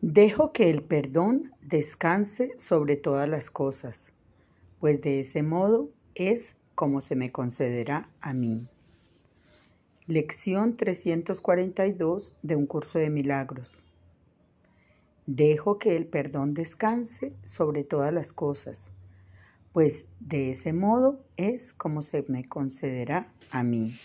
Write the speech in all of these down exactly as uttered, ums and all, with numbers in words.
Dejo que el perdón descanse sobre todas las cosas, pues de ese modo es como se me concederá a mí. Lección trescientos cuarenta y dos de un curso de milagros. Dejo que el perdón descanse sobre todas las cosas, pues de ese modo es como se me concederá a mí.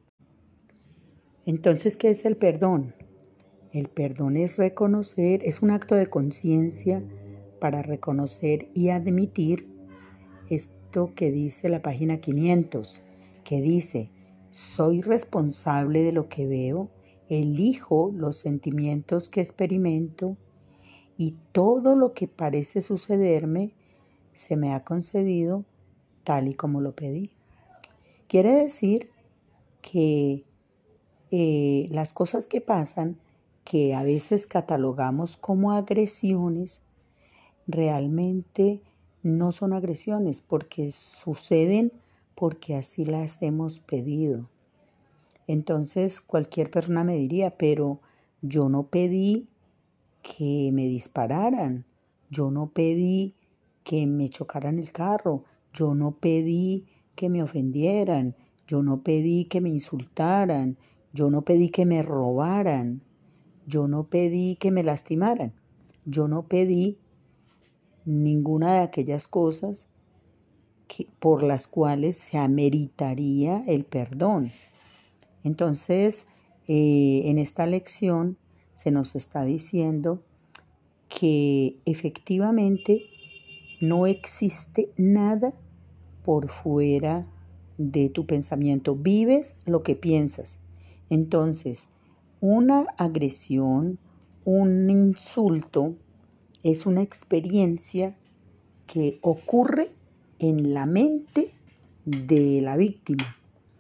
Entonces, ¿qué es el perdón? El perdón es reconocer, es un acto de conciencia para reconocer y admitir esto que dice la página quinientos, que dice, soy responsable de lo que veo, elijo los sentimientos que experimento y todo lo que parece sucederme se me ha concedido tal y como lo pedí. Quiere decir que eh, las cosas que pasan, que a veces catalogamos como agresiones, realmente no son agresiones porque suceden porque así las hemos pedido. Entonces cualquier persona me diría, pero yo no pedí que me dispararan, yo no pedí que me chocaran el carro, yo no pedí que me ofendieran, yo no pedí que me insultaran, yo no pedí que me robaran, yo no pedí que me lastimaran, yo no pedí ninguna de aquellas cosas que, por las cuales se ameritaría el perdón. Entonces, eh, en esta lección se nos está diciendo que efectivamente no existe nada por fuera de tu pensamiento. Vives lo que piensas. Entonces, una agresión, un insulto, es una experiencia que ocurre en la mente de la víctima.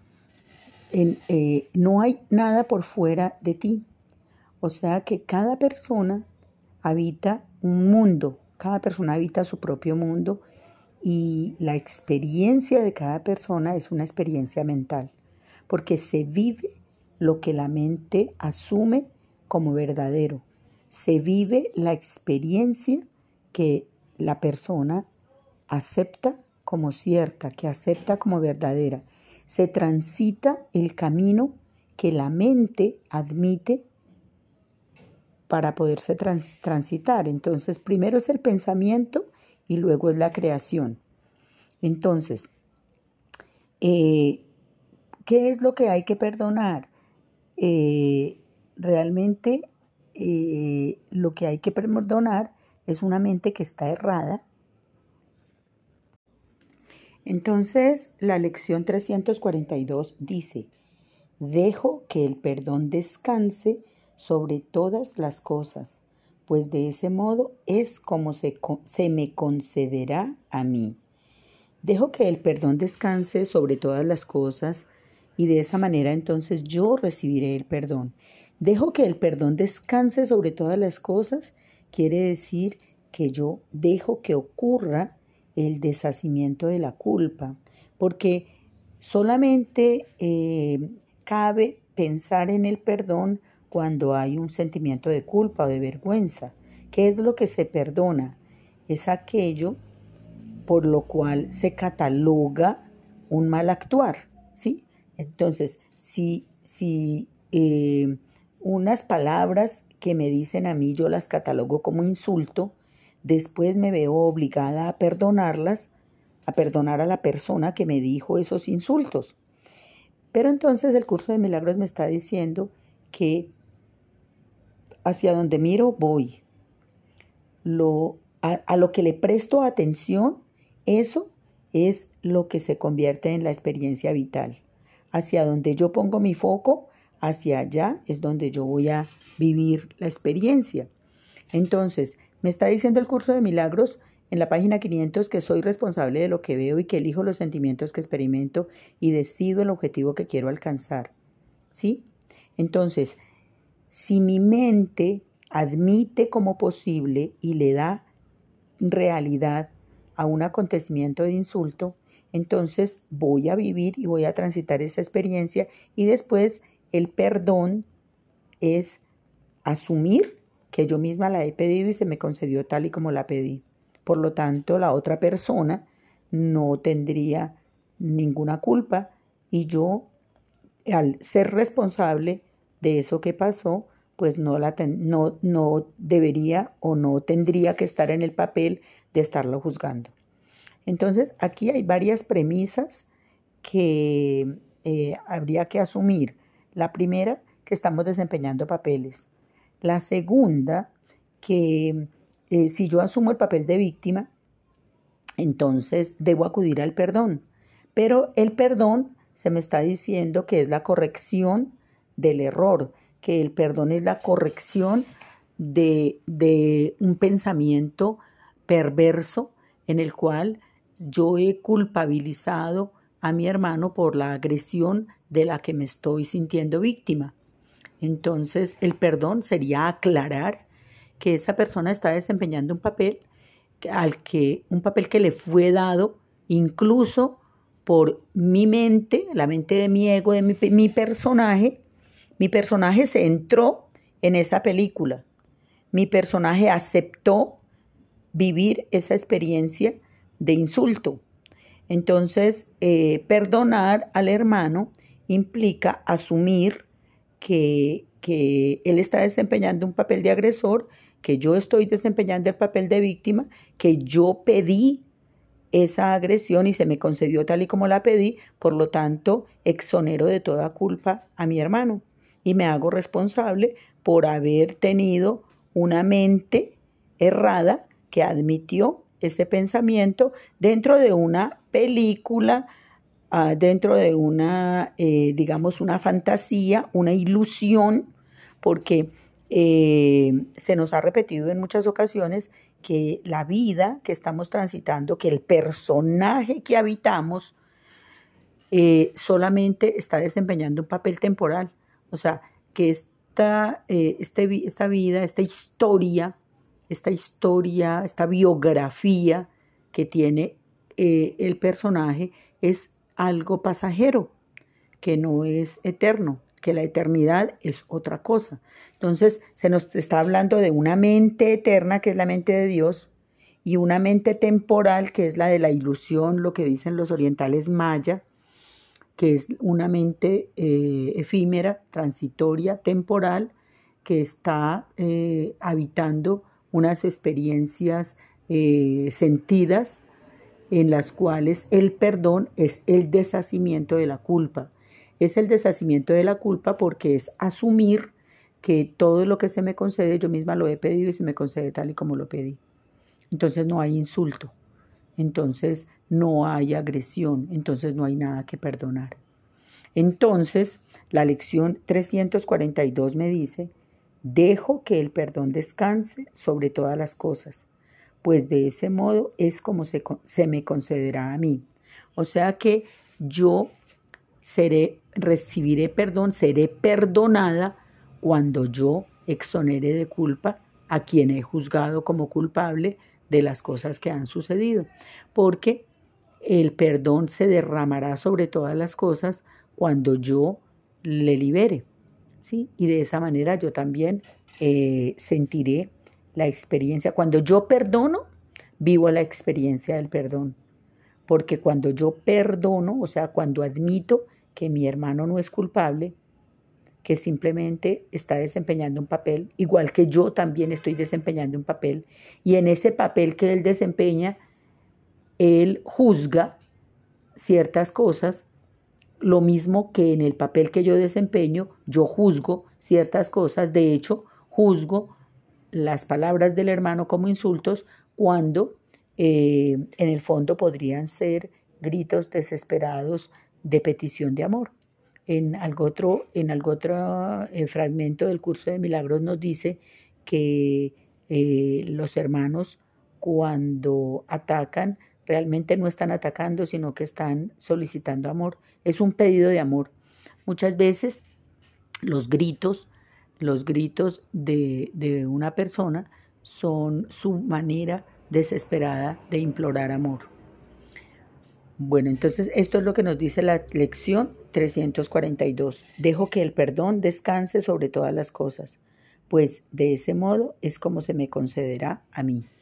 En, eh, no hay nada por fuera de ti. O sea que cada persona habita un mundo, cada persona habita su propio mundo y la experiencia de cada persona es una experiencia mental, porque se vive lo que la mente asume como verdadero. Se vive la experiencia que la persona acepta como cierta, que acepta como verdadera. Se transita el camino que la mente admite para poderse trans- transitar. Entonces, primero es el pensamiento y luego es la creación. Entonces, eh, ¿qué es lo que hay que perdonar? Eh, realmente eh, lo que hay que perdonar es una mente que está errada. Entonces, la lección trescientos cuarenta y dos dice, dejo que el perdón descanse sobre todas las cosas, pues de ese modo es como se, se me concederá a mí. Dejo que el perdón descanse sobre todas las cosas y de esa manera entonces yo recibiré el perdón. Dejo que el perdón descanse sobre todas las cosas quiere decir que yo dejo que ocurra el deshacimiento de la culpa, porque solamente eh, cabe pensar en el perdón cuando hay un sentimiento de culpa o de vergüenza. ¿Qué es lo que se perdona? Es aquello por lo cual se cataloga un mal actuar, ¿sí? Entonces, si, si eh, unas palabras que me dicen a mí yo las catalogo como insulto, después me veo obligada a perdonarlas, a perdonar a la persona que me dijo esos insultos. Pero entonces el curso de milagros me está diciendo que hacia donde miro voy. Lo, a, a lo que le presto atención, eso es lo que se convierte en la experiencia vital. Hacia donde yo pongo mi foco, hacia allá es donde yo voy a vivir la experiencia. Entonces, me está diciendo el curso de milagros en la página quinientos que soy responsable de lo que veo y que elijo los sentimientos que experimento y decido el objetivo que quiero alcanzar. ¿Sí? Entonces, si mi mente admite como posible y le da realidad a un acontecimiento de insulto, entonces voy a vivir y voy a transitar esa experiencia y después el perdón es asumir que yo misma la he pedido y se me concedió tal y como la pedí. Por lo tanto, la otra persona no tendría ninguna culpa y yo, al ser responsable de eso que pasó, pues no, la ten, no, no debería o no tendría que estar en el papel de estarlo juzgando. Entonces, aquí hay varias premisas que eh, habría que asumir. La primera, que estamos desempeñando papeles. La segunda, que eh, si yo asumo el papel de víctima, entonces debo acudir al perdón. Pero el perdón se me está diciendo que es la corrección del error, que el perdón es la corrección de, de un pensamiento perverso en el cual yo he culpabilizado a mi hermano por la agresión de la que me estoy sintiendo víctima. Entonces, el perdón sería aclarar que esa persona está desempeñando un papel al que un papel que le fue dado incluso por mi mente, la mente de mi ego, de mi, mi personaje. Mi personaje se entró en esa película. Mi personaje aceptó vivir esa experiencia de insulto. Entonces, eh, perdonar al hermano implica asumir que, que él está desempeñando un papel de agresor, que yo estoy desempeñando el papel de víctima, que yo pedí esa agresión y se me concedió tal y como la pedí, por lo tanto, exonero de toda culpa a mi hermano y me hago responsable por haber tenido una mente errada que admitió ese pensamiento dentro de una película, uh, dentro de una, eh, digamos, una fantasía, una ilusión, porque eh, se nos ha repetido en muchas ocasiones que la vida que estamos transitando, que el personaje que habitamos, eh, solamente está desempeñando un papel temporal. O sea, que esta, eh, este, esta vida, esta historia, esta historia, esta biografía que tiene eh, el personaje es algo pasajero, que no es eterno, que la eternidad es otra cosa. Entonces, se nos está hablando de una mente eterna, que es la mente de Dios, y una mente temporal, que es la de la ilusión, lo que dicen los orientales maya, que es una mente eh, efímera, transitoria, temporal, que está eh, habitando unas experiencias eh, sentidas en las cuales el perdón es el deshacimiento de la culpa. Es el deshacimiento de la culpa porque es asumir que todo lo que se me concede yo misma lo he pedido y se me concede tal y como lo pedí. Entonces no hay insulto, entonces no hay agresión, entonces no hay nada que perdonar. Entonces, la lección trescientos cuarenta y dos me dice: dejo que el perdón descanse sobre todas las cosas, pues de ese modo es como se, se me concederá a mí. O sea que yo seré, recibiré perdón, seré perdonada cuando yo exonere de culpa a quien he juzgado como culpable de las cosas que han sucedido, porque el perdón se derramará sobre todas las cosas cuando yo le libere, ¿sí? Y de esa manera yo también eh, sentiré la experiencia. Cuando yo perdono, vivo la experiencia del perdón, porque cuando yo perdono, o sea, cuando admito que mi hermano no es culpable, que simplemente está desempeñando un papel, igual que yo también estoy desempeñando un papel, y en ese papel que él desempeña, él juzga ciertas cosas, lo mismo que en el papel que yo desempeño, yo juzgo ciertas cosas. De hecho, juzgo las palabras del hermano como insultos cuando eh, en el fondo podrían ser gritos desesperados de petición de amor. En algo otro, en algo otro eh, fragmento del curso de milagros nos dice que eh, los hermanos, cuando atacan, realmente no están atacando, sino que están solicitando amor. Es un pedido de amor. Muchas veces los gritos, los gritos de, de una persona son su manera desesperada de implorar amor. Bueno, entonces esto es lo que nos dice la lección trescientos cuarenta y dos. Dejo que el perdón descanse sobre todas las cosas, pues de ese modo es como se me concederá a mí.